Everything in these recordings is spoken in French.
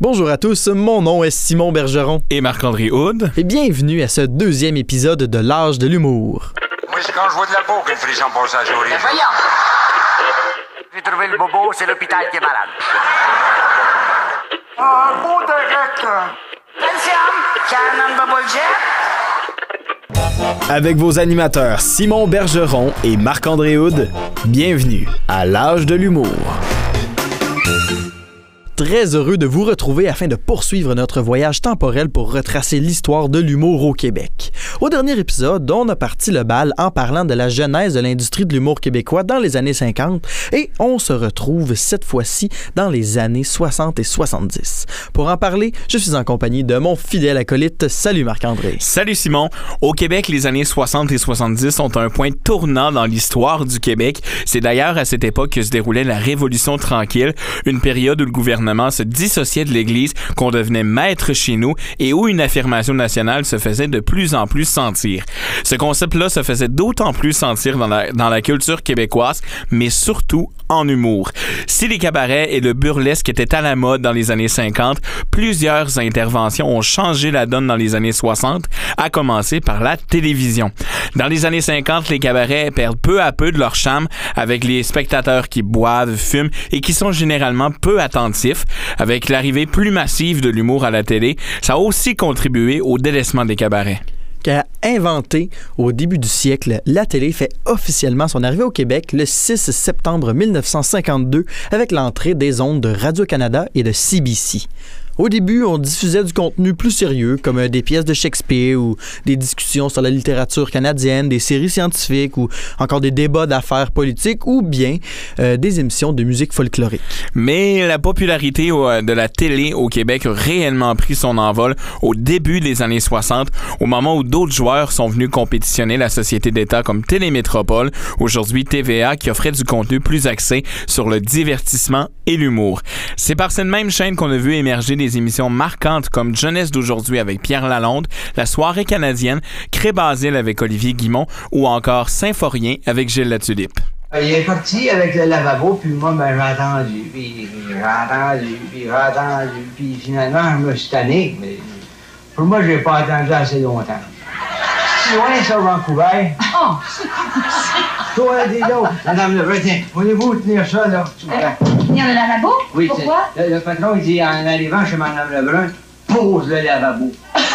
Bonjour à tous, mon nom est Simon Bergeron. Et Marc-André Hood. Et bienvenue à ce deuxième épisode de l'âge de l'humour. Moi, c'est quand je vois de la peau que le frisson passe à la souris. Voyons! J'ai trouvé le bobo, c'est l'hôpital qui est malade. Ah, beau direct! Calcium! Canon Bubble Jet! Avec vos animateurs Simon Bergeron et Marc-André Hood, bienvenue à l'âge de l'humour. Très heureux de vous retrouver afin de poursuivre notre voyage temporel pour retracer l'histoire de l'humour au Québec. Au dernier épisode, on a parti le bal en parlant de la genèse de l'industrie de l'humour québécois dans les années 50 et on se retrouve cette fois-ci dans les années 60 et 70. Pour en parler, je suis en compagnie de mon fidèle acolyte. Salut Marc-André. Salut Simon. Au Québec, les années 60 et 70 sont un point tournant dans l'histoire du Québec. C'est d'ailleurs à cette époque que se déroulait la Révolution tranquille, une période où le gouvernement se dissociait de l'Église, qu'on devenait maître chez nous et où une affirmation nationale se faisait de plus en plus sentir. Ce concept-là se faisait d'autant plus sentir dans la culture québécoise, mais surtout en humour. Si les cabarets et le burlesque étaient à la mode dans les années 50, plusieurs interventions ont changé la donne dans les années 60, à commencer par la télévision. Dans les années 50, les cabarets perdent peu à peu de leur charme avec les spectateurs qui boivent, fument et qui sont généralement peu attentifs. Avec l'arrivée plus massive de l'humour à la télé, ça a aussi contribué au délaissement des cabarets. Qu'a inventé au début du siècle, la télé fait officiellement son arrivée au Québec le 6 septembre 1952 avec l'entrée des ondes de Radio-Canada et de CBC. Au début, on diffusait du contenu plus sérieux, comme des pièces de Shakespeare ou des discussions sur la littérature canadienne, des séries scientifiques ou encore des débats d'affaires politiques ou bien des émissions de musique folklorique. Mais la popularité de la télé au Québec a réellement pris son envol au début des années 60, au moment où d'autres joueurs sont venus compétitionner la société d'État comme Télémétropole, aujourd'hui TVA, qui offrait du contenu plus axé sur le divertissement et l'humour. C'est par cette même chaîne qu'on a vu émerger des émissions marquantes comme Jeunesse d'aujourd'hui avec Pierre Lalonde, La soirée canadienne, Cré-Basile avec Olivier Guimond ou encore Symphorien avec Gilles Latulippe. Il est parti avec le lavabo, puis moi, j'ai entendu, puis finalement, je me suis tanné. Mais pour moi, j'ai pas attendu assez longtemps. C'est loin, ça, Vancouver. Oh! Toi, dis donc, Madame Lebrun, tiens, voulez-vous tenir ça, là? Tenir le lavabo? Oui, pourquoi? Le patron, il dit, en arrivant chez Madame Lebrun, pose le lavabo.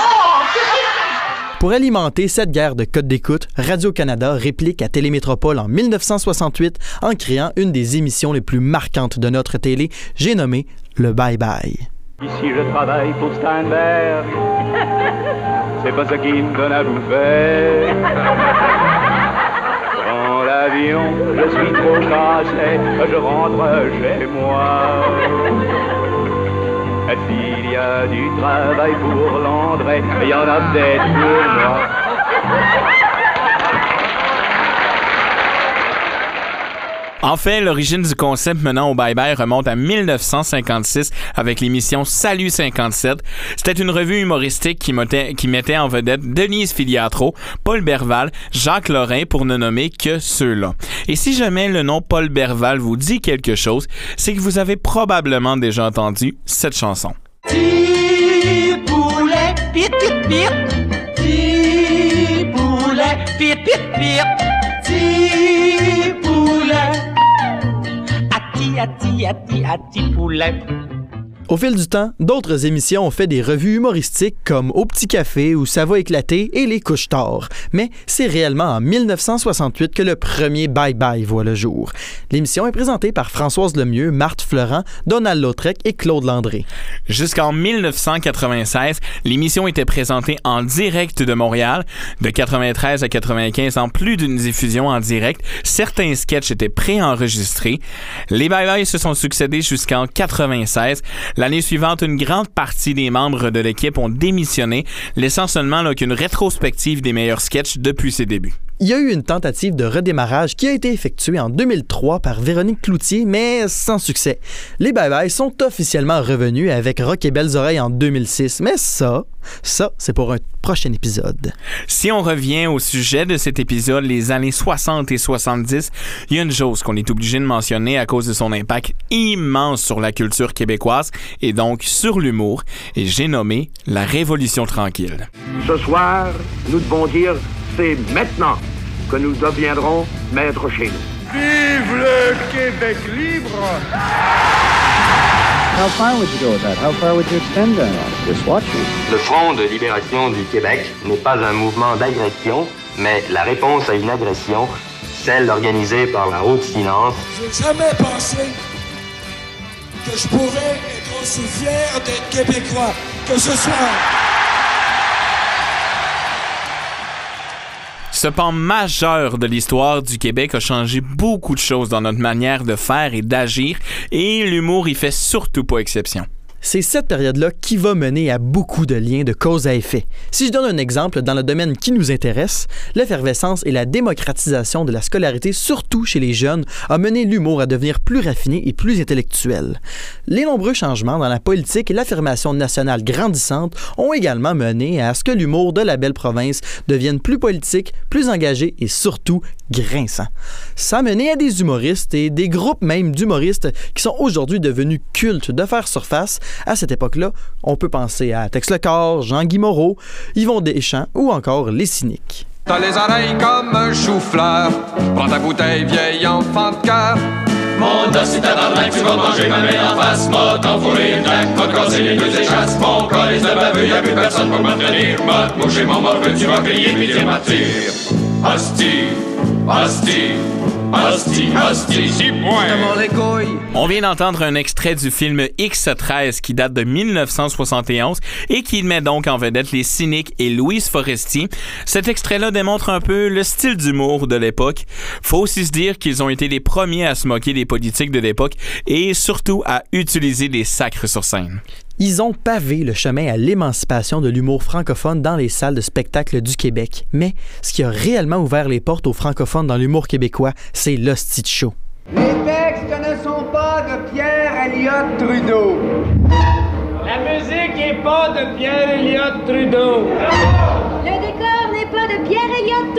Pour alimenter cette guerre de codes d'écoute, Radio-Canada réplique à Télémétropole en 1968 en créant une des émissions les plus marquantes de notre télé, j'ai nommé le Bye Bye. Ici je travaille pour Steinberg, c'est pas ça qui me donne à bouffer. Prends l'avion, je suis trop cassé, je rentre chez moi. S'il y a du travail pour Landré, il y en a peut-être pour moi. En fait, l'origine du concept menant au bye-bye remonte à 1956 avec l'émission Salut 57. C'était une revue humoristique qui mettait en vedette Denise Filiatro, Paul Berval, Jacques Lorrain pour ne nommer que ceux-là. Et si jamais le nom Paul Berval vous dit quelque chose, c'est que vous avez probablement déjà entendu cette chanson. Petit poulet, pit pit pit. Petit poulet, pit pit pit. Petit poulet. Ati poulet. Au fil du temps, d'autres émissions ont fait des revues humoristiques comme Au Petit Café ou Ça va éclater et Les Couches tard. Mais c'est réellement en 1968 que le premier Bye Bye voit le jour. L'émission est présentée par Françoise Lemieux, Marthe Fleurant, Donald Lautrec et Claude Landré. Jusqu'en 1996, l'émission était présentée en direct de Montréal. De 93 à 95, en plus d'une diffusion en direct, certains sketchs étaient préenregistrés. Les Bye Bye se sont succédés jusqu'en 96. L'année suivante, une grande partie des membres de l'équipe ont démissionné, laissant seulement qu'une rétrospective des meilleurs sketchs depuis ses débuts. Il y a eu une tentative de redémarrage qui a été effectuée en 2003 par Véronique Cloutier, mais sans succès. Les Bye Bye sont officiellement revenus avec Rock et Belles Oreilles en 2006, mais ça, c'est pour un prochain épisode. Si on revient au sujet de cet épisode, les années 60 et 70, il y a une chose qu'on est obligé de mentionner à cause de son impact immense sur la culture québécoise et donc sur l'humour, et j'ai nommé la Révolution tranquille. Ce soir, nous devons dire c'est maintenant que nous deviendrons maîtres chez nous. Vive le Québec libre! How far would you go with that? How far would you extend that? Just watch you. Le Front de libération du Québec n'est pas un mouvement d'agression, mais la réponse à une agression, celle organisée par la haute finance. Je n'ai jamais pensé que je pourrais être aussi fier d'être Québécois que ce soir. Ce pan majeur de l'histoire du Québec a changé beaucoup de choses dans notre manière de faire et d'agir, et l'humour y fait surtout pas exception. C'est cette période-là qui va mener à beaucoup de liens de cause à effet. Si je donne un exemple dans le domaine qui nous intéresse, l'effervescence et la démocratisation de la scolarité, surtout chez les jeunes, a mené l'humour à devenir plus raffiné et plus intellectuel. Les nombreux changements dans la politique et l'affirmation nationale grandissante ont également mené à ce que l'humour de la belle province devienne plus politique, plus engagé et surtout grinçant. Ça a mené à des humoristes et des groupes même d'humoristes qui sont aujourd'hui devenus cultes de faire surface. À cette époque-là, on peut penser à Tex Lecor, Jean-Guy Moreau, Yvon Deschamps ou encore Les Cyniques. T'as les oreilles comme un chou-fleur, prends ta bouteille vieille enfant de cœur. Mon dos, c'est tabarnak, tu vas manger ma main en face. M'a t'enfourré une claque, m'a cassé les deux échasses. Mon calice de baveux, y'a plus personne pour m'entraîner. M'a mouché mon morveux, tu vas crier puis dire ma tire. Hostie, hostie, hostie, hostie, 6 points. On vient d'entendre un extrait du film X13 qui date de 1971 et qui met donc en vedette Les Cyniques et Louise Forestier. Cet extrait-là démontre un peu le style d'humour de l'époque. Faut aussi se dire qu'ils ont été les premiers à se moquer des politiques de l'époque et surtout à utiliser des sacres sur scène. Ils ont pavé le chemin à l'émancipation de l'humour francophone dans les salles de spectacle du Québec. Mais ce qui a réellement ouvert les portes aux francophones dans l'humour québécois, c'est l'Hostie de Show. Les textes ne sont pas de Pierre Elliott Trudeau. La musique n'est pas de Pierre Elliott Trudeau. Le décor n'est pas de Pierre Elliott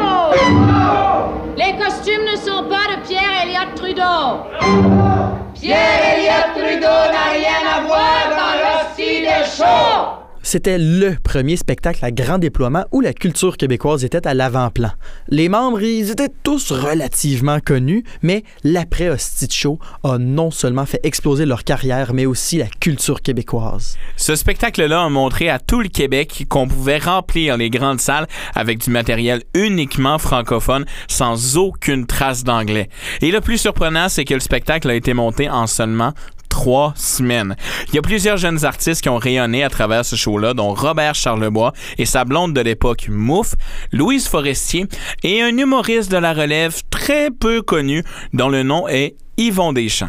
Trudeau. Les costumes ne sont pas de Pierre Elliott Trudeau. Pierre Elliott Trudeau n'a rien à voir dans l'Hostie de Show. C'était le premier spectacle à grand déploiement où la culture québécoise était à l'avant-plan. Les membres, ils étaient tous relativement connus, mais l'après-Hostie de Show a non seulement fait exploser leur carrière, mais aussi la culture québécoise. Ce spectacle-là a montré à tout le Québec qu'on pouvait remplir les grandes salles avec du matériel uniquement francophone, sans aucune trace d'anglais. Et le plus surprenant, c'est que le spectacle a été monté en seulement 3 semaines. Il y a plusieurs jeunes artistes qui ont rayonné à travers ce show-là, dont Robert Charlebois et sa blonde de l'époque, Mouf, Louise Forestier et un humoriste de la relève très peu connu dont le nom est Yvon Deschamps.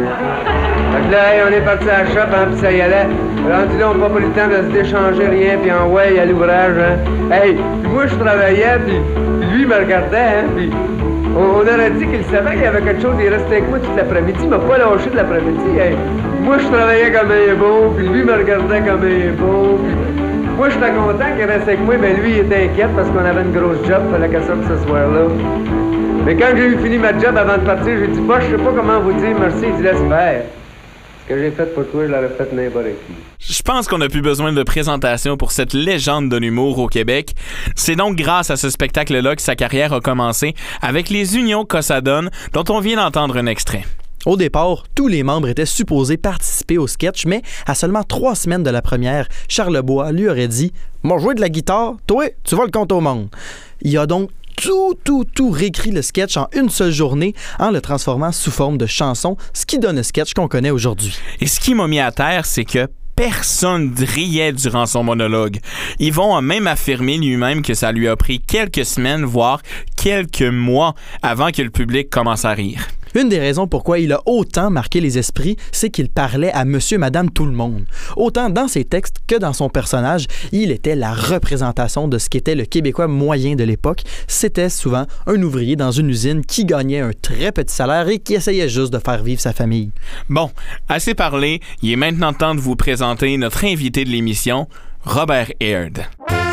Fait que là, hey, on est parti à la shop, hein, pis ça y allait. Rendu là, on n'a pas eu le temps de se déchanger rien, puis en ouais, à l'ouvrage, hein. Hey, pis moi, je travaillais, puis lui, il me regardait, hein, puis on aurait dit qu'il savait qu'il y avait quelque chose, il restait avec moi toute l'après-midi, il m'a pas lâché de l'après-midi, hey. Moi, je travaillais comme un bon, puis lui, il me regardait comme un bon, puis moi, j'étais content qu'il restait avec moi, mais lui, il était inquiète parce qu'on avait une grosse job, fallait qu'elle sorte ce soir-là. Mais quand j'ai eu fini ma job avant de partir, j'ai dit, bah, je sais pas comment vous dire merci, il dit, laisse faire. Ce que j'ai fait pour toi, je l'aurais fait n'importe qui. Je pense qu'on n'a plus besoin de présentation pour cette légende de l'humour au Québec. C'est donc grâce à ce spectacle-là que sa carrière a commencé avec les Unions Cossadone, dont on vient d'entendre un extrait. Au départ, tous les membres étaient supposés participer au sketch, mais à seulement 3 semaines de la première, Charlebois lui aurait dit « Moi, jouer de la guitare, toi, tu vas le compter au monde. » Il a donc tout réécrit le sketch en une seule journée en le transformant sous forme de chanson, ce qui donne le sketch qu'on connaît aujourd'hui. Et ce qui m'a mis à terre, c'est que personne riait durant son monologue. Yvon a même affirmé lui-même que ça lui a pris quelques semaines, voire quelques mois avant que le public commence à rire. Une des raisons pourquoi il a autant marqué les esprits, c'est qu'il parlait à monsieur, madame, tout le monde. Autant dans ses textes que dans son personnage, il était la représentation de ce qu'était le Québécois moyen de l'époque. C'était souvent un ouvrier dans une usine qui gagnait un très petit salaire et qui essayait juste de faire vivre sa famille. Bon, assez parlé, il est maintenant temps de vous présenter notre invité de l'émission, Robert Aird.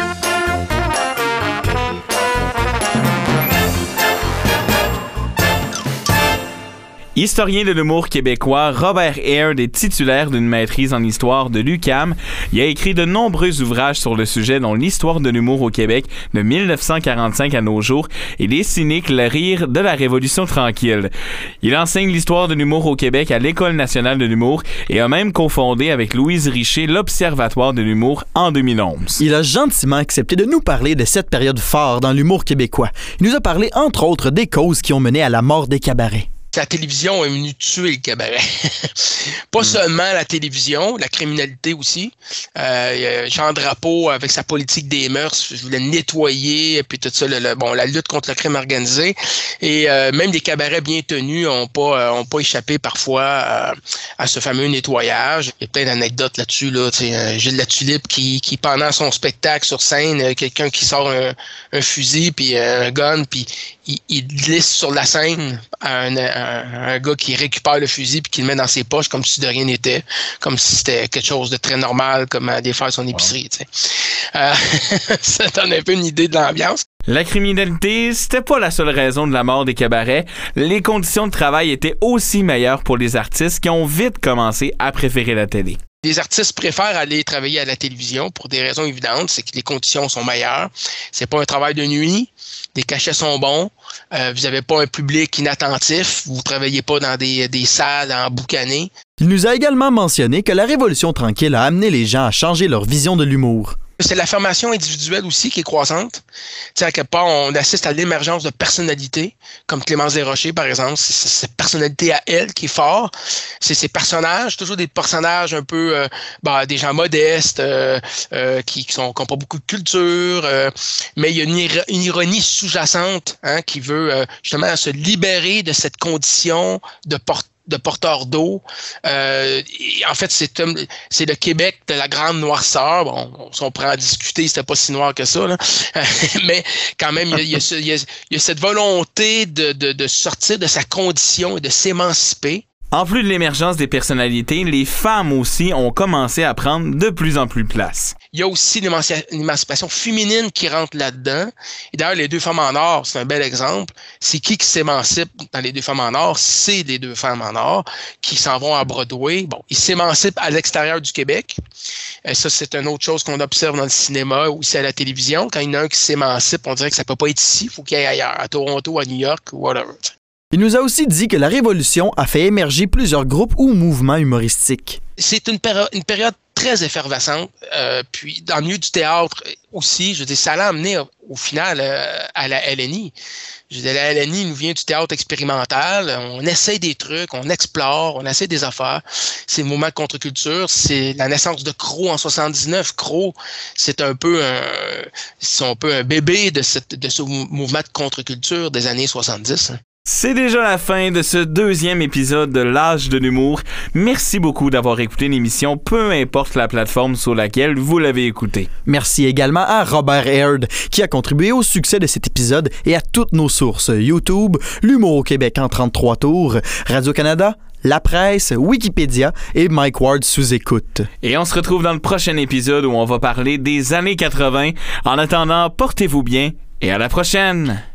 Historien de l'humour québécois, Robert Aird est titulaire d'une maîtrise en histoire de l'UQAM. Il a écrit de nombreux ouvrages sur le sujet, dont l'histoire de l'humour au Québec de 1945 à nos jours et les cyniques, le rire de la Révolution tranquille. Il enseigne l'histoire de l'humour au Québec à l'École nationale de l'humour et a même cofondé avec Louise Richer l'Observatoire de l'humour en 2011. Il a gentiment accepté de nous parler de cette période phare dans l'humour québécois. Il nous a parlé entre autres des causes qui ont mené à la mort des cabarets. La télévision est venue tuer le cabaret. Pas seulement la télévision, la criminalité aussi. Jean Drapeau, avec sa politique des mœurs, je voulais nettoyer, puis tout ça, la lutte contre le crime organisé. Et même des cabarets bien tenus n'ont pas échappé parfois à ce fameux nettoyage. Il y a plein d'anecdotes là-dessus. Là, Gilles Latulippe qui, pendant son spectacle sur scène, quelqu'un qui sort un fusil, puis un gun, puis il glisse sur la scène à un gars qui récupère le fusil puis qui le met dans ses poches comme si de rien n'était, comme si c'était quelque chose de très normal, comme aller faire son épicerie. Ça donne un peu une idée de l'ambiance. La criminalité, c'était pas la seule raison de la mort des cabarets. Les conditions de travail étaient aussi meilleures pour les artistes qui ont vite commencé à préférer la télé. Les artistes préfèrent aller travailler à la télévision pour des raisons évidentes, c'est que les conditions sont meilleures. C'est pas un travail de nuit, les cachets sont bons, vous n'avez pas un public inattentif, vous travaillez pas dans des salles emboucanées. Il nous a également mentionné que la Révolution tranquille a amené les gens à changer leur vision de l'humour. C'est l'affirmation individuelle aussi qui est croissante. Tu sais, à quelque part, on assiste à l'émergence de personnalités, comme Clémence Desrochers, par exemple. C'est cette personnalité à elle qui est forte. C'est ses personnages, toujours des personnages un peu, des gens modestes, qui n'ont pas beaucoup de culture, mais il y a une ironie sous-jacente qui veut justement se libérer de cette condition de porteur d'eau. En fait, c'est le Québec de la grande noirceur. Bon, on pourrait en discuter, c'était pas si noir que ça, là. Mais quand même, il y a cette volonté de sortir de sa condition et de s'émanciper. En plus de l'émergence des personnalités, les femmes aussi ont commencé à prendre de plus en plus place. Il y a aussi l'émancipation féminine qui rentre là-dedans. Et d'ailleurs, les deux femmes en or, c'est un bel exemple. C'est qui s'émancipe dans les deux femmes en or? C'est les deux femmes en or qui s'en vont à Broadway. Bon, ils s'émancipent à l'extérieur du Québec. Ça, c'est une autre chose qu'on observe dans le cinéma ou aussi à la télévision. Quand il y en a un qui s'émancipe, on dirait que ça peut pas être ici. Il faut qu'il y ait ailleurs, à Toronto, à New York, whatever. Il nous a aussi dit que la Révolution a fait émerger plusieurs groupes ou mouvements humoristiques. C'est une période très effervescente, puis dans le milieu du théâtre aussi, je veux dire, ça l'a amené au final à la LNI. Je veux dire, la LNI nous vient du théâtre expérimental, on essaie des trucs, on explore, on essaie des affaires. C'est le mouvement de contre-culture, c'est la naissance de Crow en 79. Crow, c'est un peu un bébé de ce mouvement de contre-culture des années 70. C'est déjà la fin de ce deuxième épisode de l'Âge de l'humour. Merci beaucoup d'avoir écouté l'émission, peu importe la plateforme sur laquelle vous l'avez écoutée. Merci également à Robert Aird qui a contribué au succès de cet épisode et à toutes nos sources YouTube, l'humour au Québec en 33 tours, Radio-Canada, La Presse, Wikipédia et Mike Ward sous écoute. Et on se retrouve dans le prochain épisode où on va parler des années 80. En attendant, portez-vous bien et à la prochaine!